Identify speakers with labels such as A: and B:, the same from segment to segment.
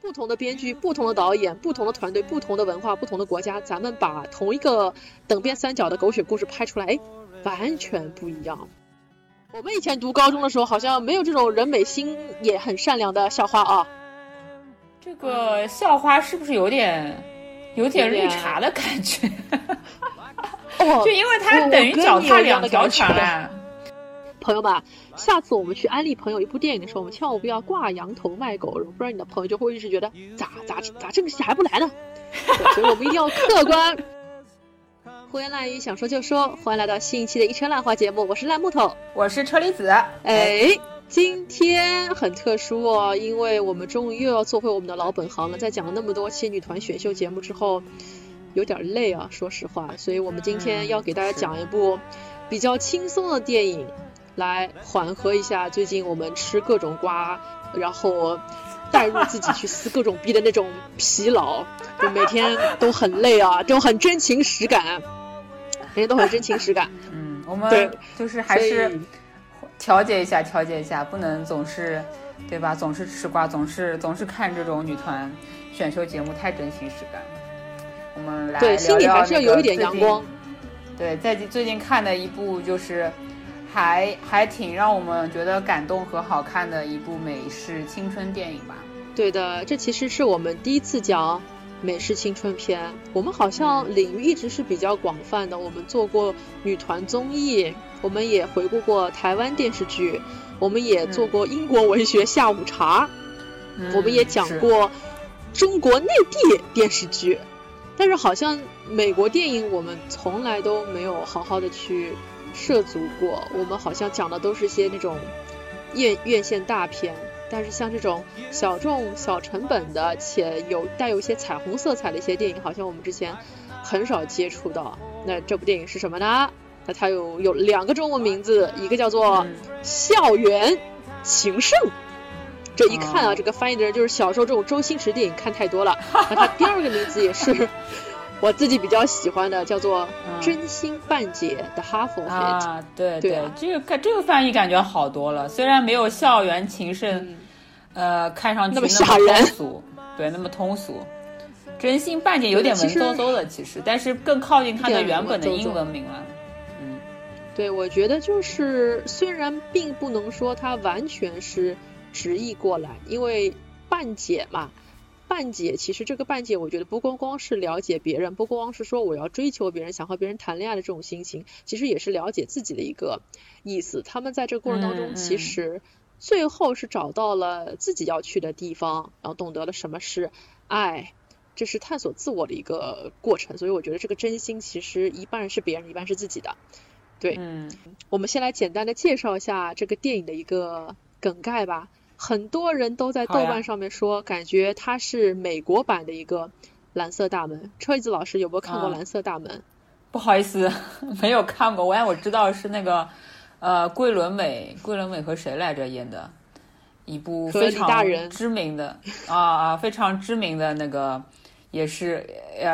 A: 不同的编剧、不同的导演、不同的团队、不同的文化、不同的国家，咱们把同一个等边三角的狗血故事拍出来，完全不一样。我们以前读高中的时候，好像没有这种人美心也很善良的校花啊。
B: 这个校花是不是有点绿茶的感觉？就因为它等于脚踏两条船。
A: 朋友们，下次我们去安利朋友一部电影的时候，我们千万不要挂羊头卖狗肉，不然你的朋友就会一直觉得咋这个戏还不来呢？所以我们一定要客观。胡言乱语，想说就说，欢迎来到新一期的一车烂话节目，我是烂木头，
B: 我是车厘子。
A: 今天很特殊哦，因为我们终于又要做回我们的老本行了。在讲了那么多期女团选秀节目之后，有点累啊，说实话。所以我们今天要给大家讲一部比较轻松的电影，来缓和一下最近我们吃各种瓜，然后带入自己去撕各种逼的那种疲劳，就每天都很累啊，这种很真情实感，每天都很真情实感。
B: 我们就是还是调节一下，不能总是，对吧？总是吃瓜，总是看这种女团选秀节目，太真情实感。我们来聊聊
A: 对，心里还是要有一点阳光。
B: 对，在最近看的一部就是还挺让我们觉得感动和好看的一部美式青春电影吧。
A: 对的，这其实是我们第一次讲美式青春片，我们好像领域一直是比较广泛的，我们做过女团综艺，我们也回顾过台湾电视剧，我们也做过英国文学下午茶，我们也讲过中国内地电视剧，但是好像美国电影我们从来都没有好好的去涉足过，我们好像讲的都是些那种院线大片，但是像这种小众小成本的且带有一些彩虹色彩的一些电影，好像我们之前很少接触到。那这部电影是什么呢？那它有两个中文名字，一个叫做校园情圣，这一看啊，这个翻译的人就是小时候这种周星驰电影看太多了。那它第二个名字也是我自己比较喜欢的，叫做真心半解的哈佛
B: 对，这个翻译感觉好多了，虽然没有校园情圣看上去那么
A: 吓人，
B: 对，那么通俗。真心半解有点文绉绉的其实，但是更靠近它的原本的英文名了。
A: 对，我觉得就是虽然并不能说它完全是直译过来，因为半解嘛，半解其实这个半解我觉得不光是了解别人，不光是说我要追求别人，想和别人谈恋爱的这种心情，其实也是了解自己的一个意思。他们在这个过程当中其实最后是找到了自己要去的地方，然后懂得了什么是爱，这是探索自我的一个过程。所以我觉得这个真心其实一半是别人，一半是自己的。对，我们先来简单的介绍一下这个电影的一个梗概吧。很多人都在豆瓣上面说，感觉它是美国版的一个蓝色大门。车厘子老师有没有看过蓝色大门？
B: 不好意思，没有看过。我知道是那个桂纶镁和谁来着演的一部非常知名的非常知名的那个也是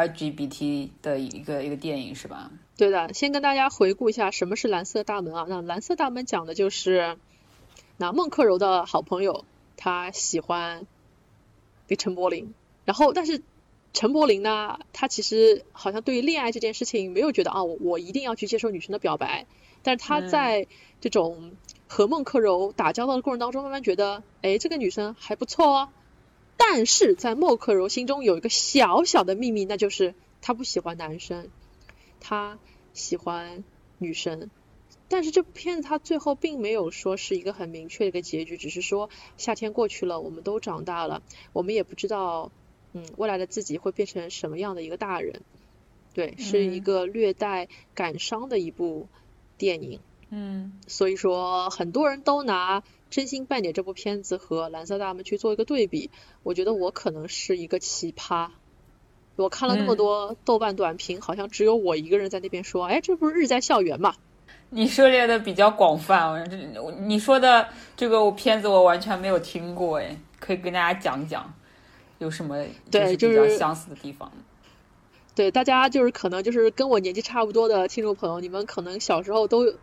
B: LGBT 的一个电影是吧？
A: 对的，先跟大家回顾一下什么是蓝色大门啊。那蓝色大门讲的就是那孟克柔的好朋友他喜欢陈柏霖，然后但是陈柏霖呢，他其实好像对于恋爱这件事情没有觉得我一定要去接受女生的表白，但是他在这种和孟克柔打交道的过程当中慢慢觉得这个女生还不错哦。但是在孟克柔心中有一个小小的秘密，那就是他不喜欢男生，他喜欢女生。但是这部片子它最后并没有说是一个很明确的一个结局，只是说夏天过去了，我们都长大了，我们也不知道未来的自己会变成什么样的一个大人。对，是一个略带感伤的一部电影。所以说很多人都拿真心半解这部片子和蓝色大门去做一个对比，我觉得我可能是一个奇葩。我看了那么多豆瓣短评，好像只有我一个人在那边说这不是日在校园嘛。
B: 你涉猎的比较广泛，你说的这个片子我完全没有听过，可以跟大家讲讲有什么就是比较相似的地方。
A: 对，大家就是可能就是跟我年纪差不多的听众朋友，你们可能小时候都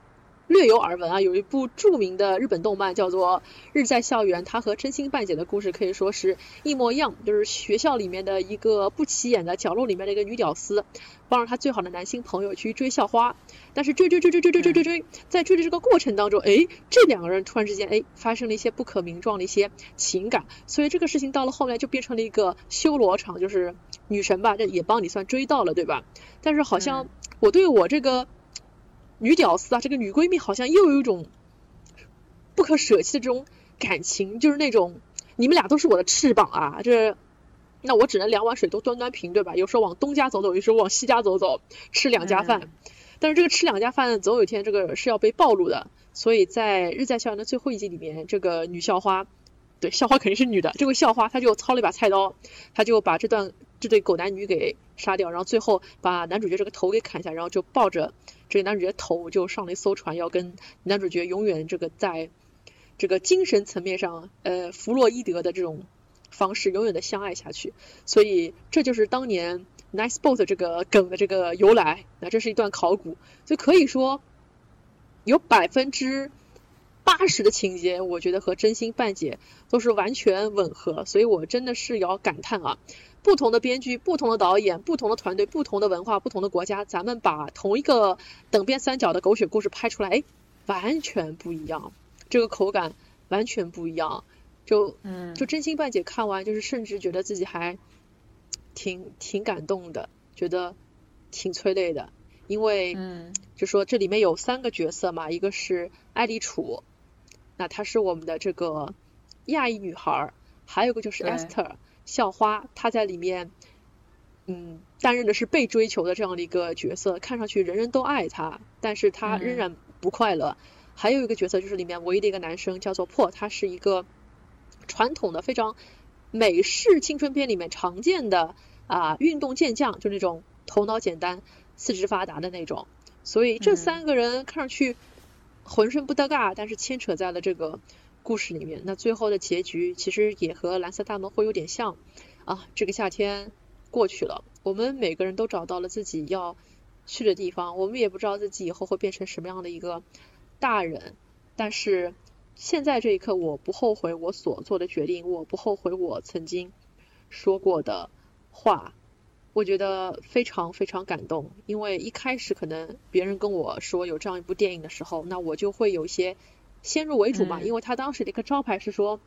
A: 略有耳闻啊，有一部著名的日本动漫叫做《日在校园》，它和真心半解的故事可以说是一模一样，就是学校里面的一个不起眼的角落里面的一个女屌丝，帮着她最好的男性朋友去追校花，但是追，在追的这个过程当中，这两个人突然之间发生了一些不可名状的一些情感，所以这个事情到了后来就变成了一个修罗场，就是女神吧，这也帮你算追到了，对吧？但是好像我对我这个女屌丝啊，这个女闺蜜好像又有一种不可舍弃的这种感情，就是那种你们俩都是我的翅膀啊，那我只能两碗水都端平，对吧？有时候往东家走走，有时候往西家走走，吃两家饭。但是这个吃两家饭总有一天这个是要被暴露的，所以在日在校园的最后一集里面，这个女校花，对，校花肯定是女的，这个校花她就操了一把菜刀，她就把这对狗男女给杀掉，然后最后把男主角这个头给砍下，然后就抱着这个男主角头就上了一艘船，要跟男主角永远这个在这个精神层面上弗洛伊德的这种方式永远的相爱下去。所以这就是当年 Nice Boat 这个梗的这个由来，那这是一段考古，就可以说有80%的情节我觉得和真心半解都是完全吻合，所以我真的是要感叹啊，不同的编剧、不同的导演、不同的团队、不同的文化、不同的国家，咱们把同一个等边三角的狗血故事拍出来，完全不一样，这个口感完全不一样。就真心半解看完，就是甚至觉得自己还挺感动的，觉得挺催泪的，因为就说这里面有3个角色嘛，一个是艾丽楚，那她是我们的这个亚裔女孩，还有一个就是 Esther 校花，她在里面担任的是被追求的这样的一个角色，看上去人人都爱她，但是她仍然不快乐。还有一个角色就是里面唯一的一个男生叫做破，他是一个传统的非常美式青春片里面常见的运动健将，就那种头脑简单四肢发达的那种，所以这3个人看上去浑身不搭嘎，但是牵扯在了这个故事里面。那最后的结局其实也和蓝色大门会有点像啊，这个夏天过去了，我们每个人都找到了自己要去的地方，我们也不知道自己以后会变成什么样的一个大人，但是现在这一刻我不后悔我所做的决定，我不后悔我曾经说过的话，我觉得非常非常感动。因为一开始可能别人跟我说有这样一部电影的时候，那我就会有一些先入为主嘛，因为他当时的一个招牌是说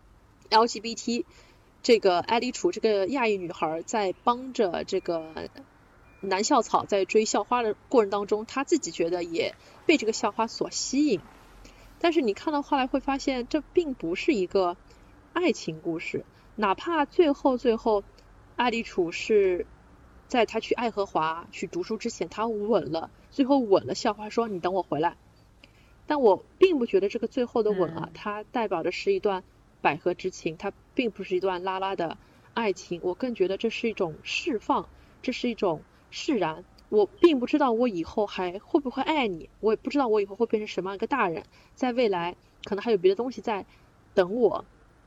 A: LGBT 这个艾丽楚这个亚裔女孩在帮着这个男校草在追校花的过程当中，她自己觉得也被这个校花所吸引，但是你看到后来会发现这并不是一个爱情故事，哪怕最后艾丽楚是在她去爱荷华去读书之前她最后吻了校花说你等我回来，但我并不觉得这个最后的吻它代表的是一段百合之情，它并不是一段拉拉的爱情，我更觉得这是一种释放，这是一种释然。我并不知道我以后还会不会爱你，我也不知道我以后会变成什么样一个大人，在未来可能还有别的东西在等我，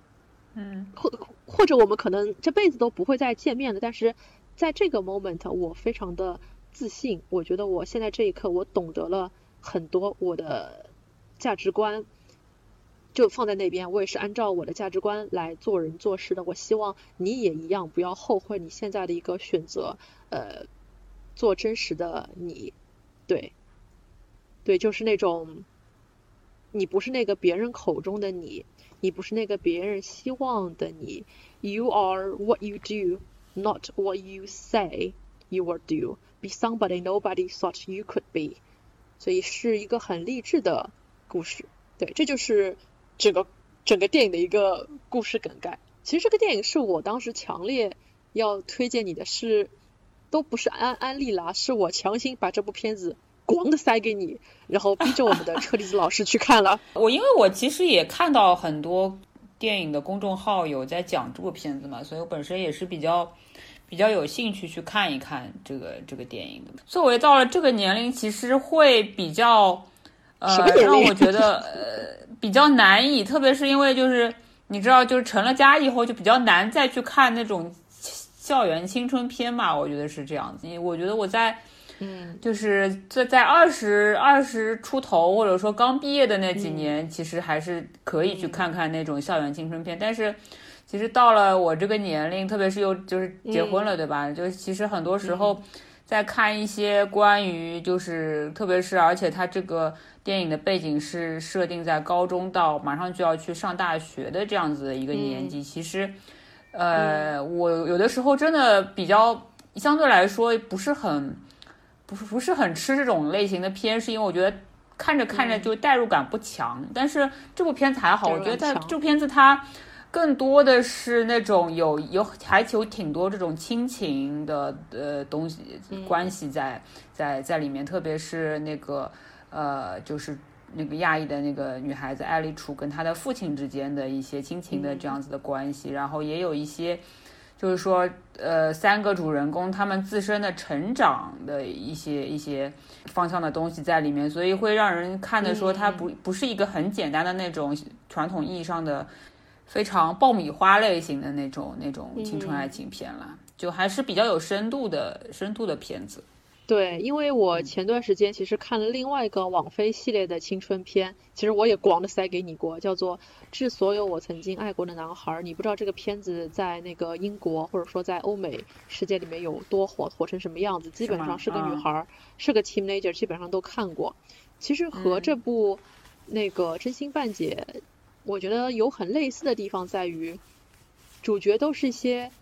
A: 或者我们可能这辈子都不会再见面了，但是在这个 moment 我非常的自信，我觉得我现在这一刻我懂得了很多，我的价值观就放在那边，我也是按照我的价值观来做人做事的，我希望你也一样，不要后悔你现在的一个选择，做真实的你，对，就是那种你不是那个别人口中的你，你不是那个别人希望的你， You are what you do, not what you say you will do. Be somebody nobody thought you could be. 所以是一个很励志的故事，对，这就是整个电影的一个故事梗概。其实这个电影是我当时强烈要推荐你的，都不是安利啦，是我强行把这部片子咣的塞给你，然后逼着我们的车厘子老师去看了。
B: 因为我其实也看到很多电影的公众号有在讲这部片子嘛，所以我本身也是比较有兴趣去看一看这个电影的。作为到了这个年龄，其实会比较让我觉得比较难以，特别是因为就是你知道，就是成了家以后就比较难再去看那种校园青春片嘛，我觉得是这样子。因为我觉得我在就是在20出头或者说刚毕业的那几年，其实还是可以去看看那种校园青春片，但是其实到了我这个年龄，特别是又就是结婚了，对吧？就其实很多时候在看一些关于就是特别是而且它这个电影的背景是设定在高中到马上就要去上大学的这样子的一个年纪，其实我有的时候真的比较相对来说不是很吃这种类型的片，是因为我觉得看着看着就代入感不强，但是这部片子还好，我觉得在这部片子它更多的是那种还有挺多这种亲情的东西关系在里面，特别是那个就是那个亚裔的那个女孩子艾丽楚跟她的父亲之间的一些亲情的这样子的关系，然后也有一些就是说三个主人公他们自身的成长的一些方向的东西在里面，所以会让人看的说它不是一个很简单的那种传统意义上的非常爆米花类型的那种青春爱情片了，就还是比较有深度的片子。
A: 对，因为我前段时间其实看了另外一个网飞系列的青春片，其实我也广的塞给你过，叫做《致所有我曾经爱过的男孩》。你不知道这个片子在那个英国或者说在欧美世界里面有多火成什么样子，基本上是个女孩，是个 teenager， 基本上都看过。其实和这部那个真心半解我觉得有很类似的地方，在于主角都是一些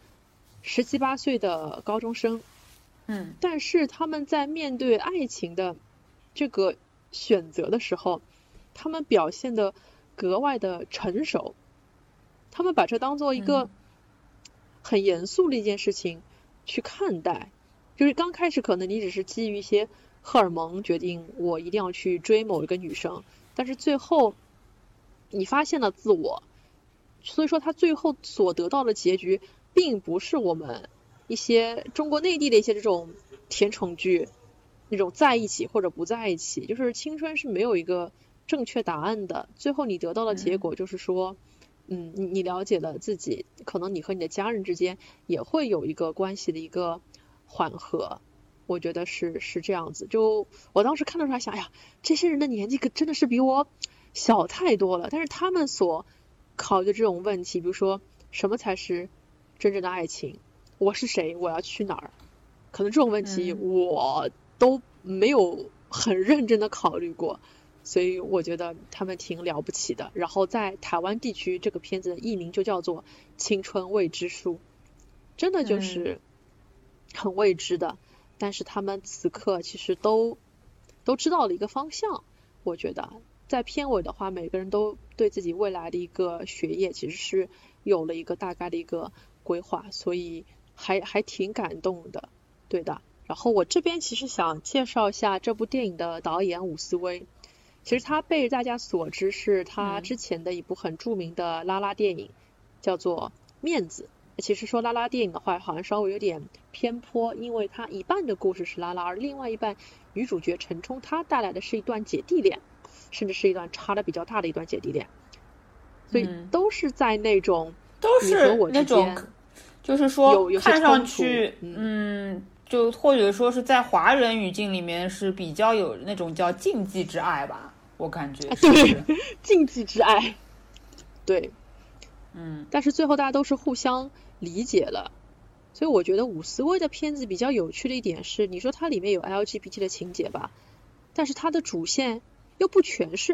A: 17、18岁的高中生，但是他们在面对爱情的这个选择的时候，他们表现得格外的成熟，他们把这当做一个很严肃的一件事情去看待。就是刚开始可能你只是基于一些荷尔蒙决定我一定要去追某一个女生，但是最后你发现了自我，所以说他最后所得到的结局并不是我们一些中国内地的一些这种甜宠剧那种在一起或者不在一起，就是青春是没有一个正确答案的，最后你得到的结果就是说你了解了自己，可能你和你的家人之间也会有一个关系的一个缓和，我觉得是这样子。就我当时看到出来想，哎呀，这些人的年纪可真的是比我小太多了，但是他们所考虑的这种问题，比如说什么才是真正的爱情，我是谁，我要去哪儿，可能这种问题我都没有很认真的考虑过，所以我觉得他们挺了不起的。然后在台湾地区，这个片子的译名就叫做《青春未知数》，真的就是很未知的，但是他们此刻其实都知道了一个方向。我觉得在片尾的话，每个人都对自己未来的一个学业其实是有了一个大概的一个规划，所以还挺感动的，对的。然后我这边其实想介绍一下这部电影的导演伍思薇，其实他被大家所知是他之前的一部很著名的拉拉电影，叫做《面子》。其实说拉拉电影的话好像稍微有点偏颇，因为他一半的故事是拉拉，而另外一半女主角陈冲她带来的是一段姐弟恋，甚至是一段差的比较大的一段姐弟恋，所以都是在那种你和我之间
B: 就是说
A: 有
B: 看上去就或者说是在华人语境里面是比较有那种叫禁忌之爱吧，我感觉
A: 对，禁忌之爱，对，但是最后大家都是互相理解了。所以我觉得伍思薇的片子比较有趣的一点是，你说它里面有 LGBT 的情节吧，但是它的主线又不全是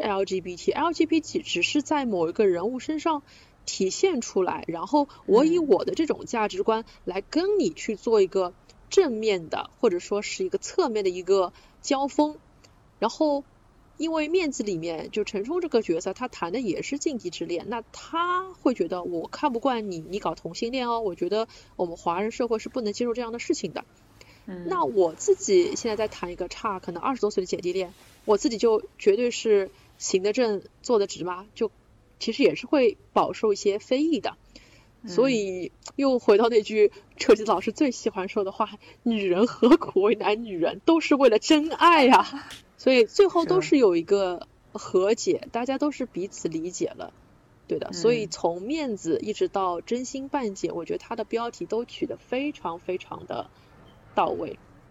A: LGBT 只是在某一个人物身上体现出来，然后我以我的这种价值观来跟你去做一个正面的或者说是一个侧面的一个交锋。然后因为面子里面就陈冲这个角色他谈的也是禁忌之恋，那他会觉得我看不惯你搞同性恋哦，我觉得我们华人社会是不能接受这样的事情的。那我自己现在在谈一个差可能20多岁的姐弟恋，我自己就绝对是行得正坐得直嘛，就其实也是会饱受一些非议的。所以又回到那句车吉老师最喜欢说的话，女人何苦为难女人，都是为了真爱呀。所以最后都是有一个和解，大家都是彼此理解了，对的。所以从面子一直到真心半解，我觉得它的标题都取得非常非常的到位。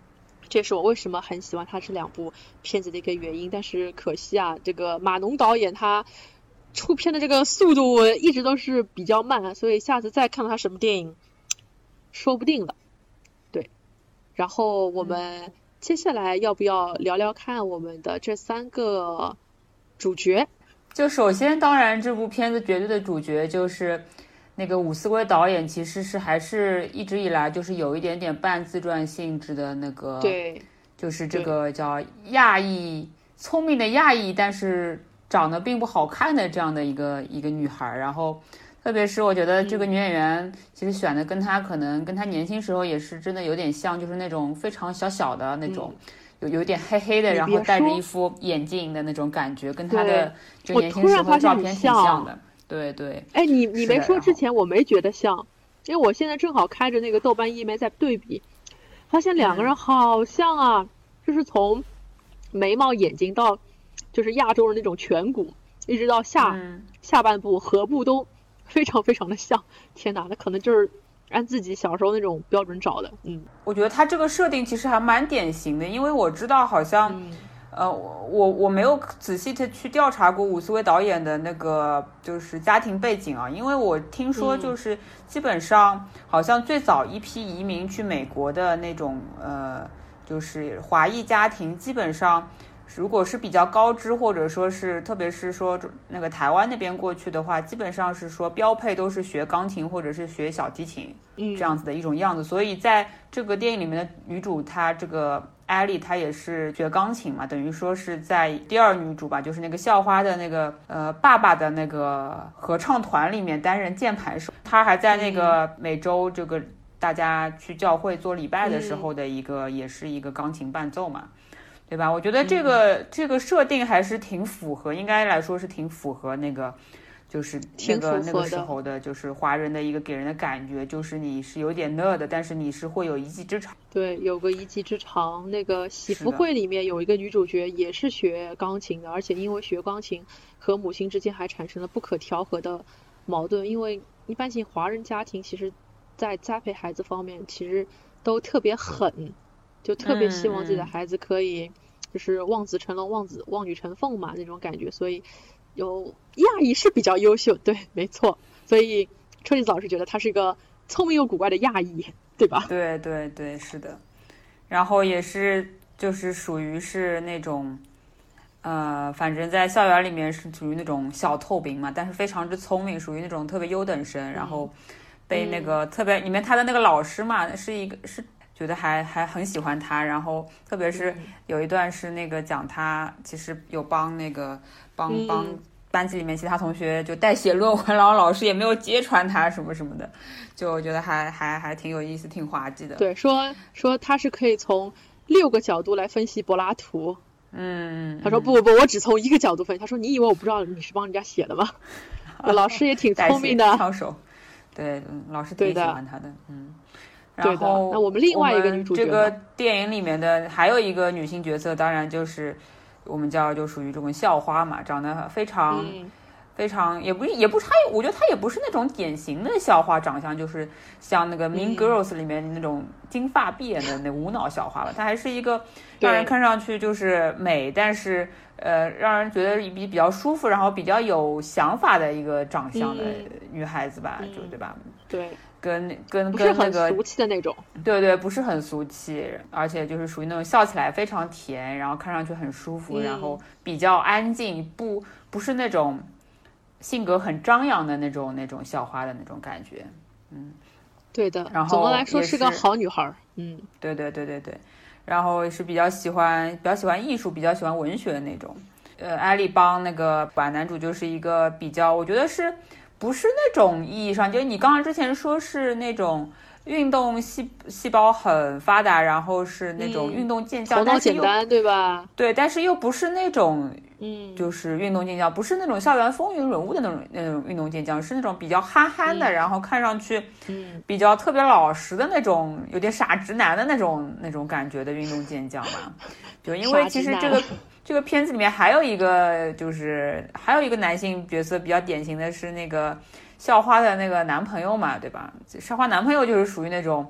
A: 这是我为什么很喜欢他这两部片子的一个原因。但是可惜啊，这个马农导演他出片的这个速度一直都是比较慢，所以下次再看到他什么电影说不定了。对，然后我们接下来要不要聊聊看我们的这3个主角？
B: 就首先当然这部片子绝对的主角就是那个伍思圭导演，其实是还是一直以来就是有一点点半自传性质的那个，
A: 对，
B: 就是这个叫亚裔，聪明的亚裔，但是长得并不好看的这样的一个女孩。然后特别是我觉得这个女演员其实选的跟她可能跟她年轻时候也是真的有点像，就是那种非常小小的那种，有点黑黑的，然后戴着一副眼镜的那种感觉，跟她的就年轻时候照片挺像的。对对，
A: 哎，你没说之前我没觉得像，因为我现在正好开着那个豆瓣页面在对比，发现两个人好像啊，就是从眉毛、眼睛到就是亚洲人那种颧骨，一直到下半部颌部都非常非常的像。天哪，那可能就是按自己小时候那种标准找的。
B: 我觉得他这个设定其实还蛮典型的，因为我知道好像。我没有仔细的去调查过伍思圭导演的那个就是家庭背景啊，因为我听说就是基本上好像最早一批移民去美国的那种就是华裔家庭，基本上如果是比较高知或者说是特别是说那个台湾那边过去的话，基本上是说标配都是学钢琴或者是学小提琴这样子的一种样子。所以在这个电影里面的女主她这个艾莉她也是学钢琴嘛，等于说是在第二女主吧，就是那个校花的那个爸爸的那个合唱团里面担任键盘手。她还在那个每周这个大家去教会做礼拜的时候的一个也是一个钢琴伴奏嘛，对吧？我觉得这个设定还是挺符合，应该来说是挺符合那个就是那个时候的就是华人的一个给人的感觉，就是你是有点nerd，但是你是会有一技之长。
A: 对，有个一技之长。那个喜福会里面有一个女主角也是学钢琴的，而且因为学钢琴和母亲之间还产生了不可调和的矛盾。因为一般性华人家庭其实在栽培孩子方面其实都特别狠，就特别希望自己的孩子可以就是望子成龙望女成凤嘛那种感觉，所以有亚裔是比较优秀，对，没错。所以车厘子老师觉得他是一个聪明又古怪的亚裔，对吧？
B: 对对对，是的。然后也是就是属于是那种反正在校园里面是属于那种小透明嘛，但是非常之聪明，属于那种特别优等生。然后被那个特别里面他的那个老师嘛，是觉得还很喜欢他。然后特别是有一段是那个讲他其实有帮那个帮班级里面其他同学就代写论文，然后老师也没有揭穿他什么什么的，就我觉得还挺有意思，挺滑稽的。
A: 对，说他是可以从6个角度来分析柏拉图。他说不，我只从一个角度分析。他说你以为我不知道你是帮人家写的吗？老师也挺聪明的，
B: 枪手。对，老师挺喜欢他的。
A: 然后那我们另外一个女主角，
B: 这个电影里面的还有一个女性角色，当然就是我们就属于这种校花嘛，长得非常非常也不差，我觉得她也不是那种典型的校花长相，就是像那个 Mean Girls 里面那种金发碧眼的那无脑校花吧，她还是一个让人看上去就是美，但是让人觉得比较舒服，然后比较有想法的一个长相的女孩子吧，就对吧？
A: 对。
B: 跟
A: 不是很
B: 那个
A: 俗气的那种，
B: 对，不是很俗气，而且就是属于那种笑起来非常甜，然后看上去很舒服，然后比较安静，不是那种性格很张扬的那种校花的那种感觉。
A: 对的。
B: 然后
A: 总的来说是个好女孩。
B: 对，然后是比较喜欢艺术，比较喜欢文学的那种。艾莉帮那个男主就是一个比较，我觉得是。不是那种意义上，就是你刚刚之前说是那种运动细胞很发达，然后是那种运动健将，
A: 头脑简单，对吧？
B: 对，但是又不是那种，就是运动健将，不是那种校园风云人物的那种运动健将，是那种比较憨憨的，然后看上去，比较特别老实的那种，有点傻直男的那种感觉的运动健将吧。就因为其实这个片子里面还有一个男性角色比较典型的是那个校花的那个男朋友嘛，对吧？校花男朋友就是属于那种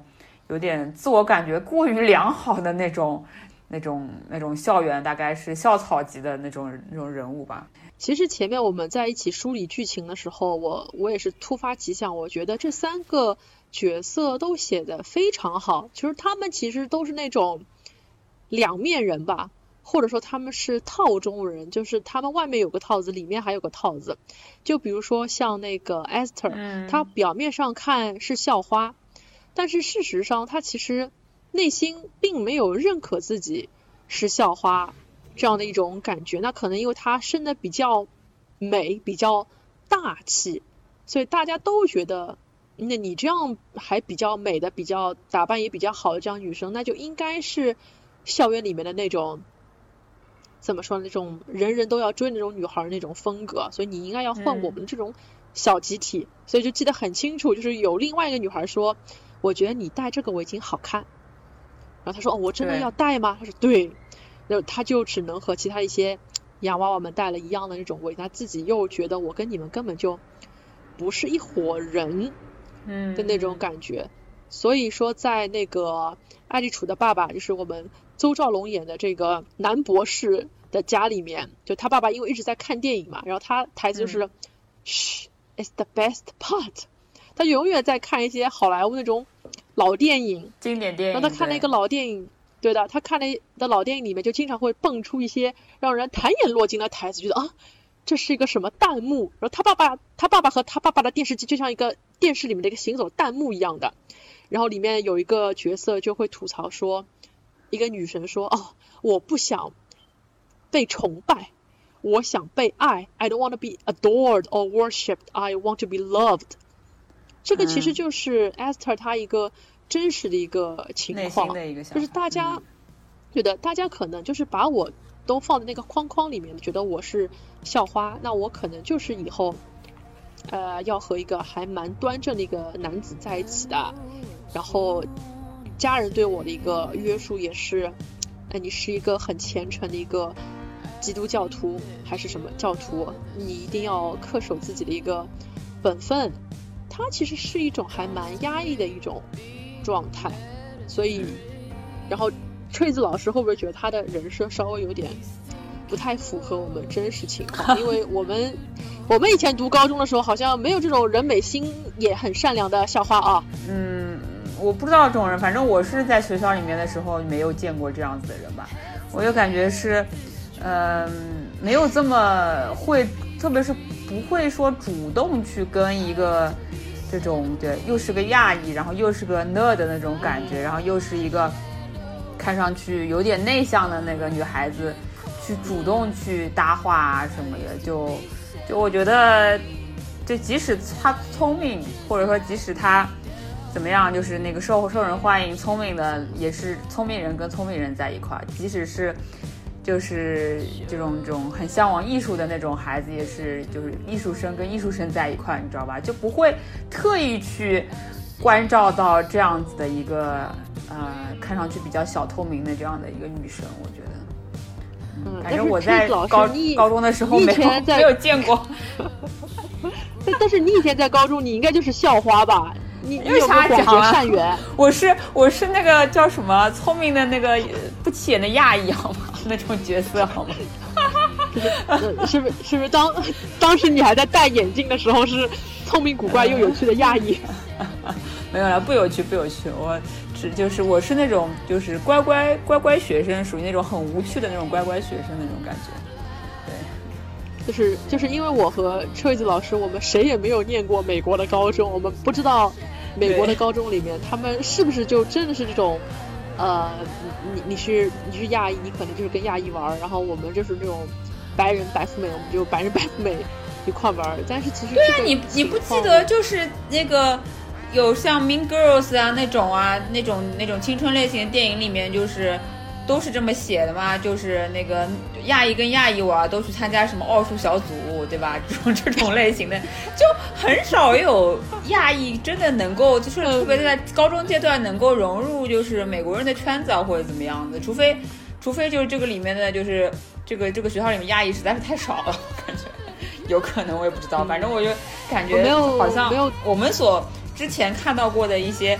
B: 有点自我感觉过于良好的那种校园，大概是校草级的那种人物吧。
A: 其实前面我们在一起梳理剧情的时候，我也是突发奇想，我觉得这3个角色都写得非常好，就是他们其实都是那种两面人吧，或者说他们是套中人，就是他们外面有个套子，里面还有个套子。就比如说像那个 Esther，她表面上看是校花，但是事实上她其实内心并没有认可自己是校花这样的一种感觉。那可能因为她生得比较美，比较大气，所以大家都觉得那你这样还比较美的，比较打扮也比较好的这样女生，那就应该是校园里面的那种怎么说那种人人都要追那种女孩那种风格，所以你应该要换我们这种小集体。所以就记得很清楚，就是有另外一个女孩说，我觉得你戴这个围巾好看，然后她说哦，我真的要戴吗？她说对，然后她就只能和其他一些洋娃娃们戴了一样的那种围巾，她自己又觉得我跟你们根本就不是一伙人的那种感觉。所以说在那个艾丽楚的爸爸，就是我们邹兆龙演的这个男博士的家里面，就他爸爸因为一直在看电影嘛，然后他台词就是嘘 it's the best part， 他永远在看一些好莱坞那种老电影，
B: 经典电影。
A: 然后他看了一个老电影，对的，他看了的老电影里面就经常会蹦出一些让人弹眼落睛的台词，觉得啊这是一个什么弹幕，然后他爸爸和他爸爸的电视机就像一个电视里面的一个行走弹幕一样的。然后里面有一个角色就会吐槽说，一个女神说哦，我不想被崇拜，我想被爱， I don't want to be adored or worshipped, I want to be loved。 这个其实就是 Esther 她一个真实的一个情况，就是大家觉得大家可能就是把我都放在那个框框里面，觉得我是校花，那我可能就是以后要和一个还蛮端正的一个男子在一起的，然后家人对我的一个约束也是你是一个很虔诚的一个基督教徒还是什么教徒，你一定要恪守自己的一个本分。它其实是一种还蛮压抑的一种状态，所以然后锤子老师会不会觉得他的人设稍微有点不太符合我们真实情况？因为我们以前读高中的时候好像没有这种人美心也很善良的校花啊。
B: 我不知道这种人，反正我是在学校里面的时候没有见过这样子的人吧。我就感觉是没有这么会，特别是不会说主动去跟一个这种对又是个亚裔，然后又是个 nerd 的那种感觉，然后又是一个看上去有点内向的那个女孩子去主动去搭话啊什么的，就我觉得就即使她聪明，或者说即使她怎么样，就是那个受人欢迎，聪明的也是聪明人跟聪明人在一块，即使是就是这种很向往艺术的那种孩子，也是就是艺术生跟艺术生在一块，你知道吧？就不会特意去关照到这样子的一个看上去比较小透明的这样的一个女生，我觉得。反正我在高中的时候没有见过。
A: 但是你以前在高中，你应该就是校花吧？你有没有广结善缘？
B: 我是那个叫什么聪明的那个不起眼的亚裔好吗？那种角色好吗？
A: 是不是当时你还在戴眼镜的时候是聪明古怪又有趣的亚裔？
B: 没有了，不有趣。我是那种就是乖乖学生，属于那种很无趣的那种乖乖学生那种感觉。
A: 对，就是因为我和车子老师，我们谁也没有念过美国的高中，我们不知道美国的高中里面他们是不是就真的是这种你是亚裔，你可能就是跟亚裔玩，然后我们就是那种白人白富美，我们就白人白富美一块玩。但是其实
B: 对啊，你不记得就是那个有像 Mean Girls 啊那种青春类型的电影里面，就是都是这么写的嘛，就是那个亚裔跟亚裔玩都去参加什么奥数小组，对吧？这种类型的就很少有亚裔真的能够就是特别在高中阶段能够融入就是美国人的圈子啊或者怎么样的，除非就是这个里面的就是这个学校里面亚裔实在是太少了，我感觉有可能我也不知道，反正我就感觉好像我们所之前看到过的一些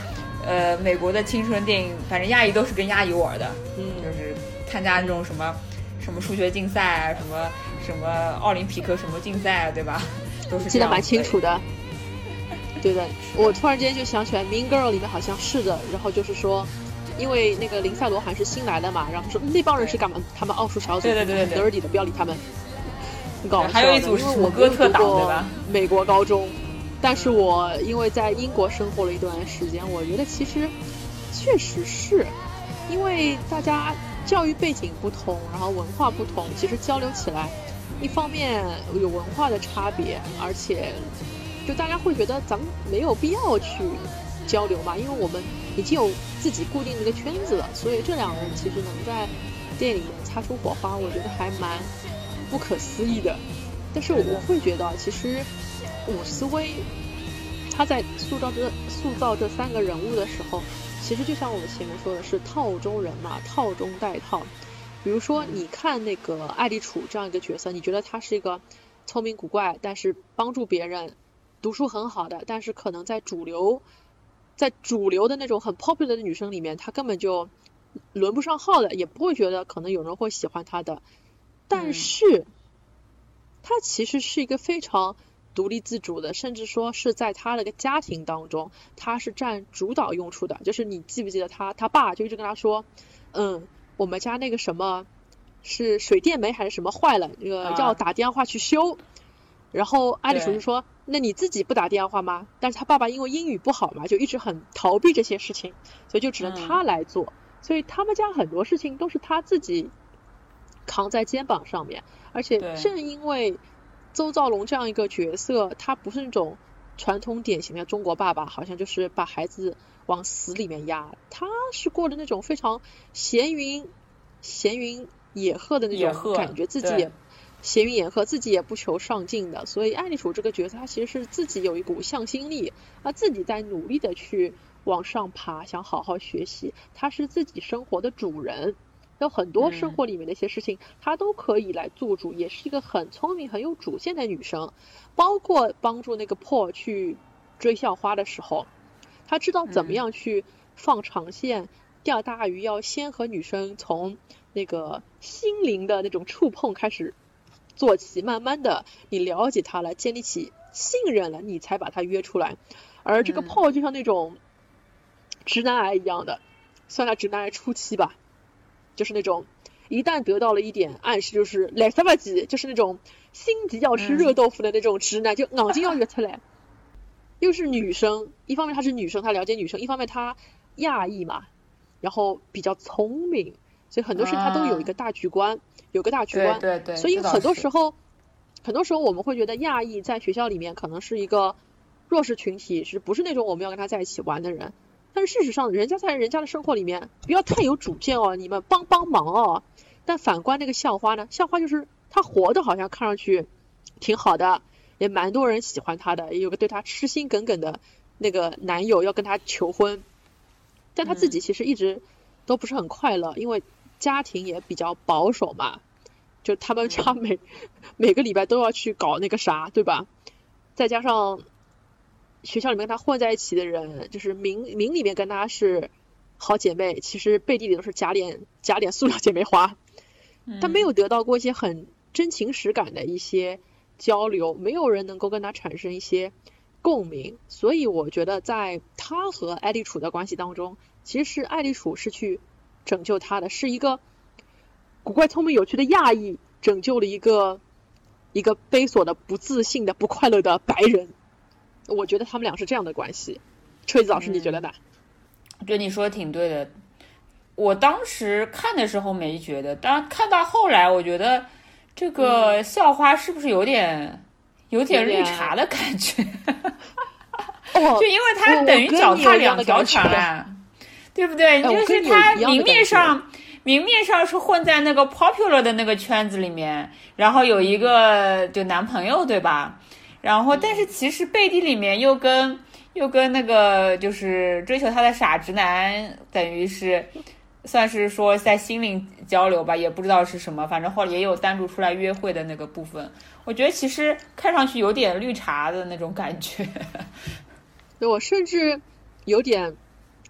B: 美国的青春电影，反正亚裔都是跟亚裔玩的，就是参加那种什么数学竞赛啊，什么奥林匹克什么竞赛啊，对吧？都是
A: 记得蛮清楚的。对的，我突然间就想起来《Mean Girl》里面好像是的，然后就是说，因为那个林赛罗韩是新来的嘛，然后说那帮人是干嘛？他们奥数小组很 dirty 的，不要理他们。搞笑的，
B: 还有一组是
A: 我
B: 哥特党对吧？
A: 美国高中，但是我因为在英国生活了一段时间，我觉得其实确实是因为大家教育背景不同，然后文化不同，其实交流起来，一方面有文化的差别，而且就大家会觉得咱们没有必要去交流嘛，因为我们已经有自己固定的一个圈子了，所以这两人其实能在电影里面擦出火花，我觉得还蛮不可思议的。但是我会觉得其实伍思薇他在塑造这三个人物的时候，其实就像我们前面说的是套中人嘛，套中带套。比如说你看那个艾丽楚这样一个角色，你觉得他是一个聪明古怪但是帮助别人读书很好的，但是可能在主流的那种很 popular 的女生里面，她根本就轮不上号的，也不会觉得可能有人会喜欢她的。但是她其实是一个非常独立自主的，甚至说是在她的一个家庭当中，她是占主导用处的。就是你记不记得她爸就一直跟她说，我们家那个什么是水电煤还是什么坏了，那个要打电话去修。然后艾丽楚就说，那你自己不打电话吗？但是他爸爸因为英语不好嘛，就一直很逃避这些事情，所以就只能他来做。所以他们家很多事情都是他自己扛在肩膀上面。而且正因为邹兆龙这样一个角色，他不是那种传统典型的中国爸爸，好像就是把孩子往死里面压，他是过的那种非常闲云野鹤的那种感觉，自己也闲云野鹤，自己也不求上进的。所以艾丽楚这个角色，他其实是自己有一股向心力，他自己在努力的去往上爬，想好好学习，他是自己生活的主人，有很多生活里面的一些事情，他都可以来做主，也是一个很聪明很有主见的女生。包括帮助那个 Paul 去追校花的时候，他知道怎么样去放长线，钓大鱼要先和女生从那个心灵的那种触碰开始做起，慢慢的你了解他了，建立起信任了，你才把他约出来。而这个 Paul 就像那种直男癌一样的，算他直男癌初期吧，就是那种一旦得到了一点暗示，就是来三八几，就是那种心急要吃热豆腐的那种直男，就硬劲要约出来。又是女生，一方面她是女生，她了解女生，一方面她亚裔嘛，然后比较聪明，所以很多事她都有一个大局观，
B: 对，
A: 所以很多时候我们会觉得亚裔在学校里面可能是一个弱势群体，是不是那种我们要跟他在一起玩的人？但是事实上，人家在人家的生活里面不要太有主见哦，你们帮忙哦。但反观那个校花呢，校花就是她活的好像看上去挺好的，也蛮多人喜欢她的，也有个对她痴心耿耿的那个男友要跟她求婚，但她自己其实一直都不是很快乐，因为家庭也比较保守嘛，就他们家每个礼拜都要去搞那个啥，对吧？再加上学校里面跟他混在一起的人，就是明里面跟他是好姐妹，其实背地里都是假脸塑料姐妹花。他没有得到过一些很真情实感的一些交流，没有人能够跟他产生一些共鸣。所以我觉得在他和艾丽楚的关系当中，其实是艾丽楚是去拯救他的，是一个古怪聪明有趣的亚裔拯救了一个猥琐的不自信的不快乐的白人。我觉得他们俩是这样的关系。锤子老师你觉得呢？
B: 对，你说的挺对的。我当时看的时候没觉得，但看到后来我觉得这个校花是不是有点绿茶的感觉？就因为他等于脚踏两条船，对不对？就是他明面上是混在那个 popular 的那个圈子里面，然后有一个就男朋友，对吧？然后但是其实背地里面又跟那个就是追求他的傻直男，等于是算是说在心灵交流吧，也不知道是什么，反正后来也有单独出来约会的那个部分。我觉得其实看上去有点绿茶的那种感觉。
A: 我甚至有点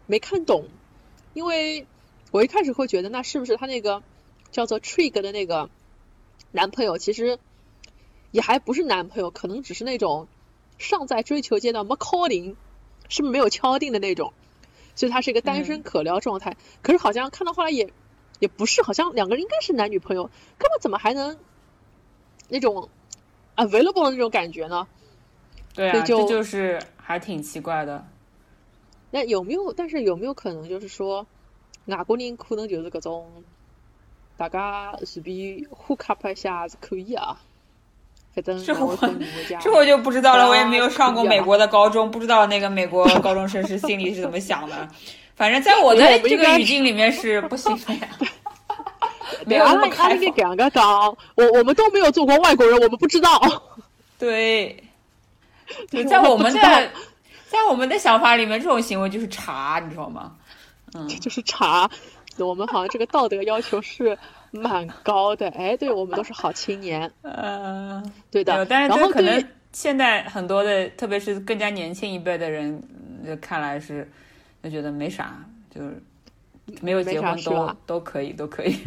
A: 没看懂，因为我一开始会觉得那是不是他那个叫做 Trig 的那个男朋友其实也还不是男朋友，可能只是那种尚在追求阶段 McCalling 是不是没有敲定的那种，所以他是一个单身可聊状态。可是好像看到后来也不是，好像两个人应该是男女朋友，根本怎么还能那种 available 的那种感觉呢？
B: 对啊，这就是还挺奇怪的。
A: 那但是有没有可能就是说外国人可能就是各种大家随便互 up 一下是可以啊，反正
B: 这我就不知道了，我也没有上过美国的高中，不知道那个美国高中生是心里是怎么想的。反正在我的这个语境里面是不行的呀。没有那么开
A: 放。我们都没有做过外国人，我们不知道。
B: 对，在我们的想法里面，这种行为就是茶，你知道吗？
A: 就是茶。我们好像这个道德要求是蛮高的。哎，对，我们都是好青年。对的。
B: 但是可能现在很多的，特别是更加年轻一辈的人，看来是就觉得没啥，就是没有结婚都可以。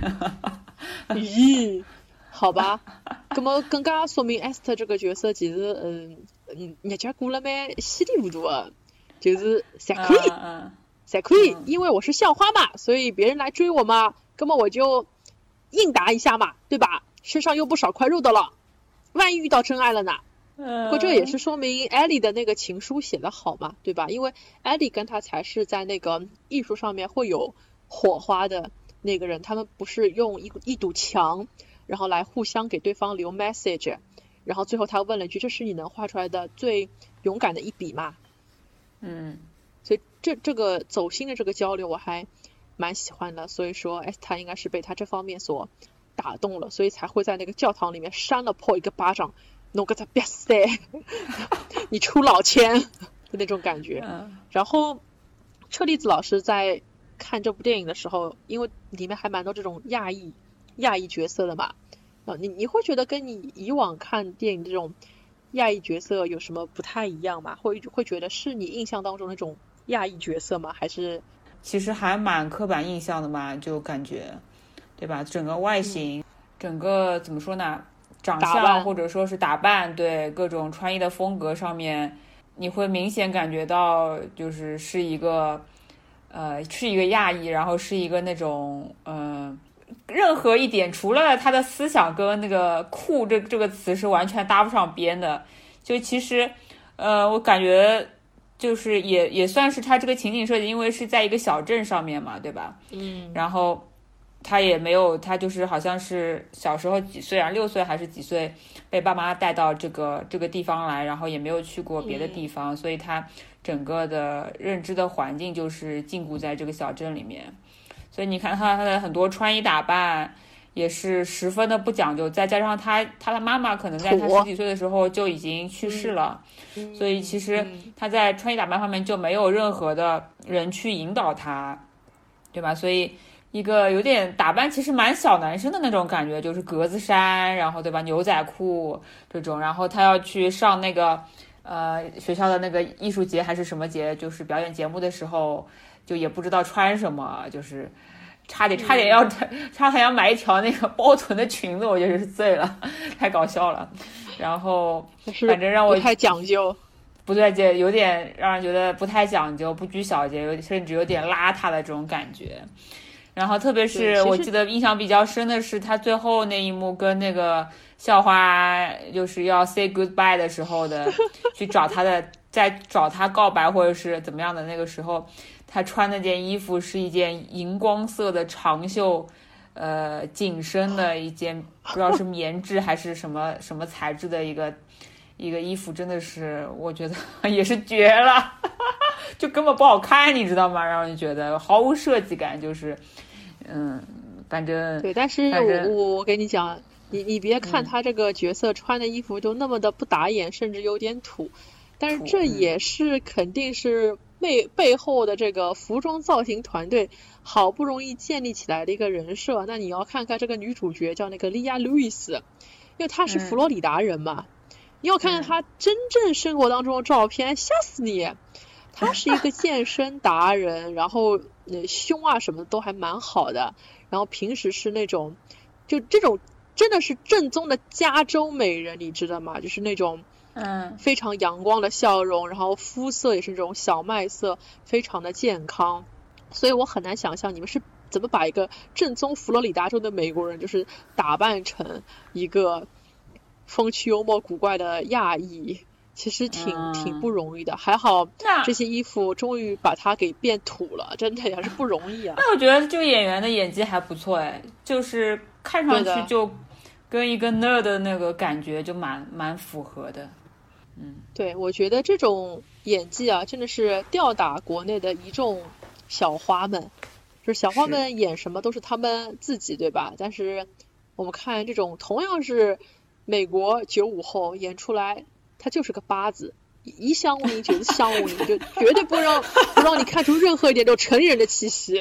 A: 咦，好吧，那么更加说明 Esther 这个角色其实日脚过了蛮稀里糊涂的，就是才可以，因为我是校花嘛，所以别人来追我嘛，那么我就应答一下嘛，对吧？身上有不少块肉的了，万一遇到真爱了呢？不过这也是说明艾莉的那个情书写得好嘛，对吧？因为艾莉跟他才是在那个艺术上面会有火花的那个人，他们不是用一堵墙，然后来互相给对方留 message， 然后最后他问了一句：“这是你能画出来的最勇敢的一笔吗？”所以这个走心的这个交流我还蛮喜欢的，所以说他应该是被他这方面所打动了，所以才会在那个教堂里面扇了破一个巴掌，弄个他别塞，你出老千的那种感觉。然后车厘子老师在看这部电影的时候，因为里面还蛮多这种亚裔角色的嘛，你会觉得跟你以往看电影这种亚裔角色有什么不太一样吗？会觉得是你印象当中那种亚裔角色吗？还是
B: 其实还蛮刻板印象的嘛，就感觉对吧？整个外形，整个怎么说呢？长相或者说是打扮，对各种穿衣的风格上面，你会明显感觉到是一个亚裔，然后是一个那种任何一点除了他的思想跟那个酷这个词是完全搭不上边的。就其实我感觉就是也算是他这个情景设计，因为是在一个小镇上面嘛，对吧？然后他也没有，他就是好像是小时候几岁啊，6岁还是几岁被爸妈带到这个地方来，然后也没有去过别的地方，所以他整个的认知的环境就是禁锢在这个小镇里面。所以你看他的很多穿衣打扮也是十分的不讲究，再加上他的妈妈可能在他10几岁的时候就已经去世了，所以其实他在穿衣打扮方面就没有任何的人去引导他，对吧？所以一个有点打扮其实蛮小男生的那种感觉，就是格子衫，然后对吧，牛仔裤这种，然后他要去上那个学校的那个艺术节还是什么节，就是表演节目的时候就也不知道穿什么，就是差点要买一条那个包臀的裙子，我觉得是醉了，太搞笑了。然后反正让我
A: 不太讲究，
B: 不对，有点让人觉得不太讲究，不拘小节，甚至有点邋遢的这种感觉。然后特别是我记得印象比较深的是他最后那一幕跟那个校花就是要 say goodbye 的时候的去找他的，在找他告白或者是怎么样的那个时候，他穿那件衣服是一件荧光色的长袖紧身的一件，不知道是棉质还是什么材质的一个衣服，真的是我觉得也是绝了就根本不好看，你知道吗？让人觉得毫无设计感，就是反正
A: 对。但是我跟你讲，你别看他这个角色穿的衣服都那么的不打眼，甚至有点土，但是这也是肯定是背后的这个服装造型团队好不容易建立起来的一个人设。那你要看看这个女主角叫那个莉亚·路易斯，因为她是佛罗里达人嘛，你要看看她真正生活当中的照片，吓死你！ 他是一个健身达人，然后胸啊什么的都还蛮好的，然后平时是那种就这种真的是正宗的加州美人，你知道吗？就是那种非常阳光的笑容，然后肤色也是那种小麦色，非常的健康。所以我很难想象你们是怎么把一个正宗佛罗里达州的美国人就是打扮成一个风趣幽默古怪的亚裔，其实挺不容易的。还好这些衣服终于把他给变土了，真的也是不容易啊。
B: 那我觉得这个演员的演技还不错哎，就是看上去就跟一个 nerd 的那个感觉就蛮符合的。
A: 对，我觉得这种演技啊，真的是吊打国内的一众小花们。就是小花们演什么都是他们自己，对吧？但是我们看这种同样是美国95后演出来，他就是个八字，一香无灵觉得香无灵，就绝对不让你看出任何一点这种成人的气息。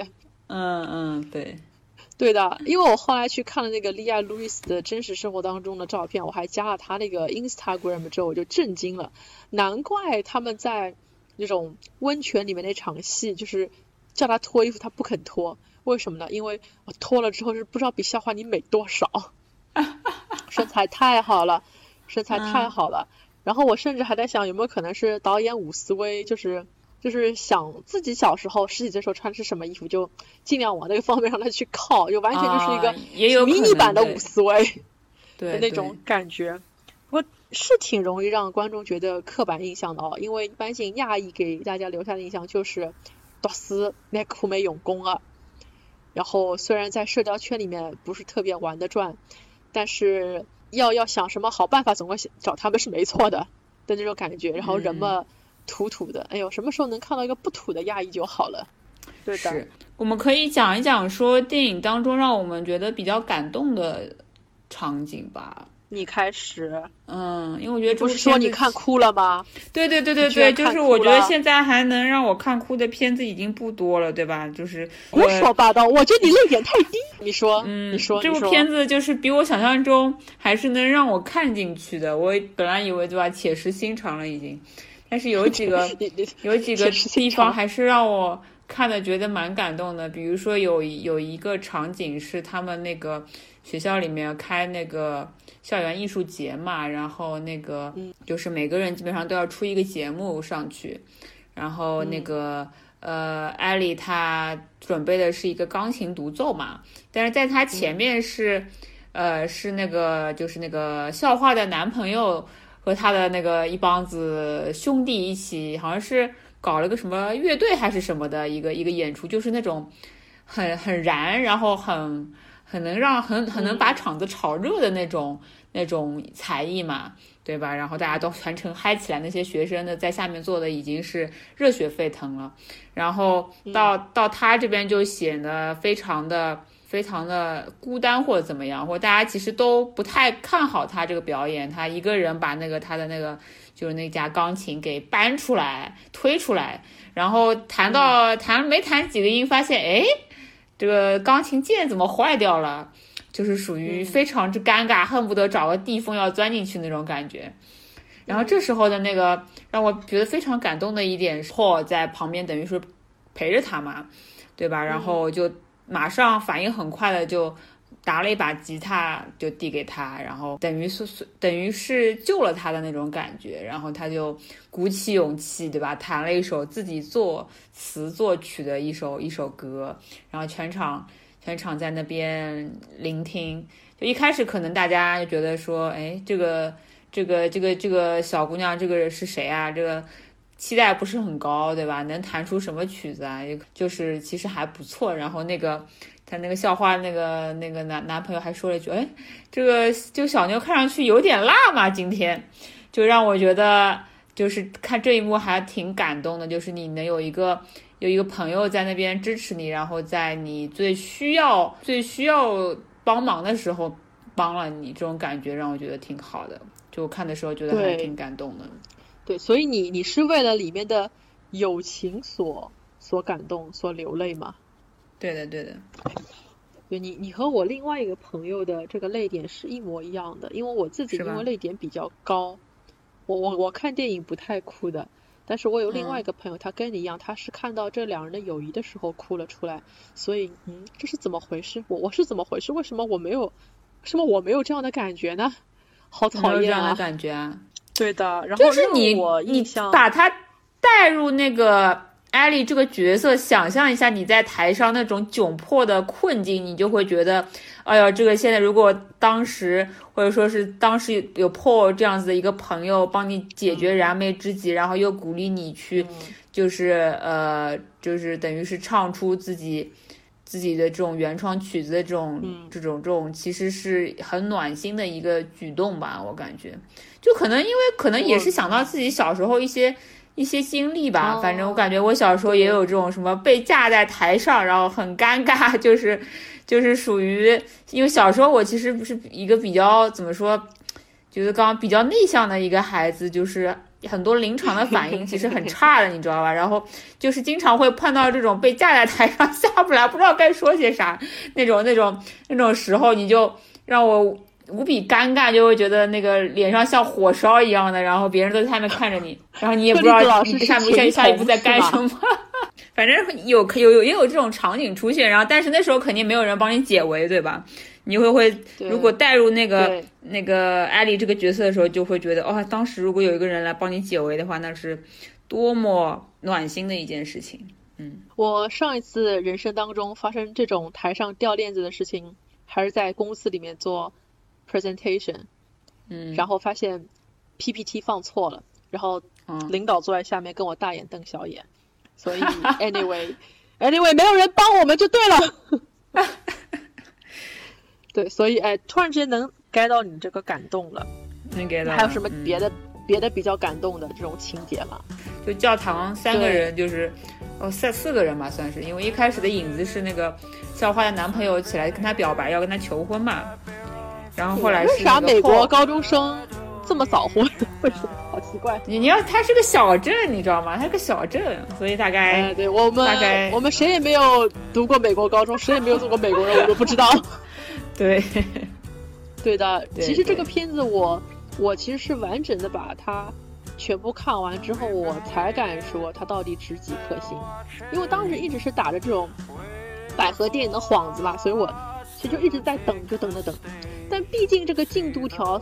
A: 对的，因为我后来去看了那个利亚·路易斯的真实生活当中的照片，我还加了他那个 Instagram 之后，我就震惊了。难怪他们在那种温泉里面那场戏，就是叫他脱衣服，他不肯脱。为什么呢？因为我脱了之后是不知道比校花你美多少，身材太好了。然后我甚至还在想，有没有可能是导演伍思薇，就是想自己小时候10几岁时候穿的是什么衣服，就尽量往那个方面让他去靠，就完全就是一个迷你版的伍思薇的那种感觉。不过是挺容易让观众觉得刻板印象的哦，因为一般性亚裔给大家留下的印象就是多斯麦酷美用功啊，然后虽然在社交圈里面不是特别玩得转，但是要想什么好办法总会找他们是没错的那种感觉。然后人们土土的，哎呦，什么时候能看到一个不土的亚裔就好了。对的，
B: 是我们可以讲一讲说电影当中让我们觉得比较感动的场景吧。
A: 你开始。
B: 因为我觉得
A: 不是说你看哭了吗？
B: 对，就是我觉得现在还能让我看哭的片子已经不多了，对吧？就是
A: 胡说八道，我觉得你泪点太低。你说，
B: 这部片子就是比我想象中还是能让我看进去的。我本来以为对吧，铁石心肠了已经，但是有几个地方还是让我看的觉得蛮感动的。比如说有一个场景是他们那个学校里面开那个校园艺术节嘛，然后那个就是每个人基本上都要出一个节目上去，然后那个艾莉她准备的是一个钢琴独奏嘛，但是在她前面是那个就是那个校花的男朋友和他的那个一帮子兄弟一起，好像是搞了个什么乐队还是什么的一个演出，就是那种很燃，然后很能把场子炒热的那种才艺嘛，对吧？然后大家都全程嗨起来，那些学生的在下面坐的已经是热血沸腾了。然后到他这边就显得非常的孤单或者怎么样，或者大家其实都不太看好他这个表演，他一个人把他的那个就是那架钢琴给搬出来推出来，然后没弹几个音，发现这个钢琴键怎么坏掉了，就是属于非常之尴尬，恨不得找个地缝要钻进去那种感觉。然后这时候的那个让我觉得非常感动的一点是 Paul 在旁边等于说陪着他嘛，对吧？然后就马上反应很快的就拿了一把吉他就递给他，然后等于是救了他的那种感觉，然后他就鼓起勇气，对吧？弹了一首自己作词作曲的一首歌，然后全场在那边聆听。就一开始可能大家就觉得说，这个小姑娘这个是谁啊？这个期待不是很高，对吧？能弹出什么曲子啊？就是其实还不错。然后他那个校花那个男朋友还说了一句，这个小妞看上去有点辣嘛，今天就让我觉得就是看这一幕还挺感动的，就是你能有一个朋友在那边支持你，然后在你最需要帮忙的时候帮了你，这种感觉让我觉得挺好的，就我看的时候觉得还挺感动的。
A: 对，所以你是为了里面的友情所感动所流泪吗？
B: 对的。
A: 对，你和我另外一个朋友的这个泪点是一模一样的，因为我自己因为泪点比较高，我看电影不太哭的， 但是我有另外一个朋友，他跟你一样，他是看到这两人的友谊的时候哭了出来，所以这是怎么回事？我是怎么回事？为什么我没有这样的感觉呢？好讨厌啊！
B: 有这样的感觉啊？
A: 对的，然后
B: 就是你把他带入那个艾莉这个角色，想象一下你在台上那种窘迫的困境，你就会觉得，哎呀，这个现在如果当时或者说是当时有 Paul 这样子的一个朋友帮你解决燃眉之急，然后又鼓励你去，就是等于是唱出自己的这种原创曲子的这种，其实是很暖心的一个举动吧，我感觉，就可能也是想到自己小时候一些经历吧，反正我感觉我小时候也有这种什么被架在台上，然后很尴尬，就是属于，因为小时候我其实不是一个比较怎么说，就是刚刚比较内向的一个孩子，就是很多临场的反应其实很差的，你知道吧？然后就是经常会碰到这种被架在台上下不来，不知道该说些啥那种时候，你就让我无比尴尬，就会觉得那个脸上像火烧一样的，然后别人都在下面看着你，然后你也不知道你下一步在干什么。反正也有这种场景出现，然后但是那时候肯定没有人帮你解围，对吧？你会如果带入那个艾莉这个角色的时候，就会觉得当时如果有一个人来帮你解围的话，那是多么暖心的一件事情。
A: 我上一次人生当中发生这种台上掉链子的事情，还是在公司里面做 presentation，然后发现 PPT 放错了，然后领导坐在下面跟我大眼瞪小眼，所以 anyway 没有人帮我们就对了。对，所以突然之间能 get 到你这个感动了。
B: 能 get 到。
A: 还有什么别的比较感动的这种情节吗？
B: 就教堂3个人，就是4个人吧，算是，因为一开始的影子是那个校花的男朋友起来跟她表白，要跟她求婚嘛。然后后来是
A: 为啥美国高中生这么早婚？为什么？好奇怪。
B: 你要它是个小镇，你知道吗？它是个小镇，所以大概
A: 对我们谁也没有读过美国高中，谁也没有做过美国人，我都不知道。对的，其实这个片子我其实是完整的把它全部看完之后，我才敢说它到底值几颗星，因为当时一直是打着这种百合电影的幌子嘛，所以我其实就一直在等，但毕竟这个进度条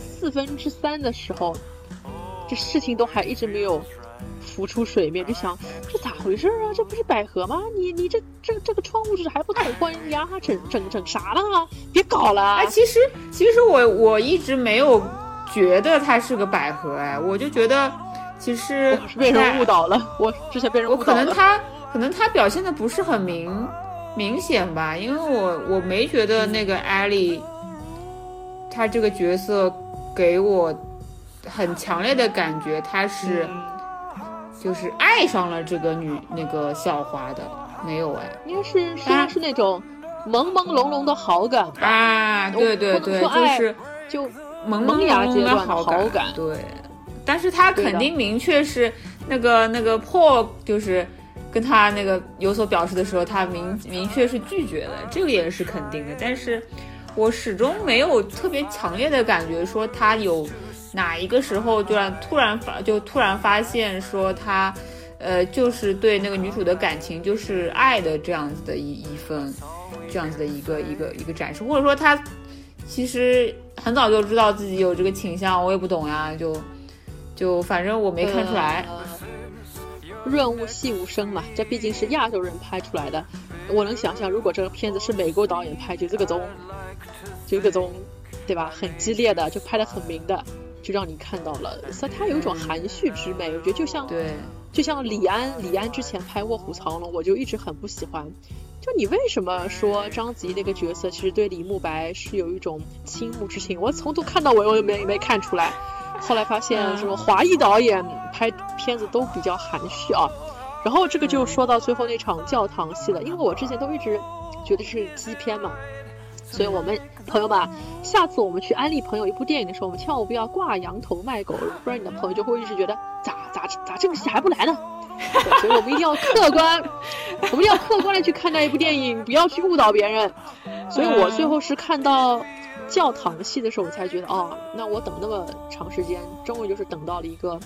A: 3/4的时候，这事情都还一直没有浮出水面，就想这咋回事啊？这不是百合吗？你这个窗户纸还不通关呀？整啥了？别搞了！
B: 其实我一直没有觉得它是个百合，我就觉得其实
A: 我是被人误导了。我之前被人误导了。
B: 可能他表现的不是很明显吧，因为我没觉得那个艾莉，她这个角色给我很强烈的感觉，她是。就是爱上了这个那个校花的，没有
A: 应该是那种朦朦胧胧的好感吧
B: 啊，对，
A: 就
B: 萌
A: 芽阶段
B: 好
A: 感，
B: 对。但是他肯定明确是那个 Paul 就是跟他那个有所表示的时候，他明确是拒绝的，这个也是肯定的。但是我始终没有特别强烈的感觉说他有。哪一个时候突然发现说他，就是对那个女主的感情就是爱的这样子的一份，这样子的一个展示，或者说他其实很早就知道自己有这个倾向，我也不懂呀，就反正我没看出来。
A: 润物细无声嘛，这毕竟是亚洲人拍出来的，我能想象如果这个片子是美国导演拍，就这种对吧，很激烈的，就拍得很明的。就让你看到了，所以它有一种含蓄之美，我觉得就像李安之前拍《卧虎藏龙》，我就一直很不喜欢。就你为什么说章子怡那个角色其实对李慕白是有一种倾慕之情？我从头看到尾我也没看出来。后来发现什么华裔导演拍片子都比较含蓄啊。然后这个就说到最后那场教堂戏了，因为我之前都一直觉得是基片嘛。所以我们朋友们，下次我们去安利朋友一部电影的时候，我们千万不要挂羊头卖狗，不然你的朋友就会一直觉得咋这个戏还不来呢？对，所以我们一定要客观，的去看待一部电影，不要去误导别人。所以我最后是看到教堂戏的时候，我才觉得那我等那么长时间，终于就是等到了一个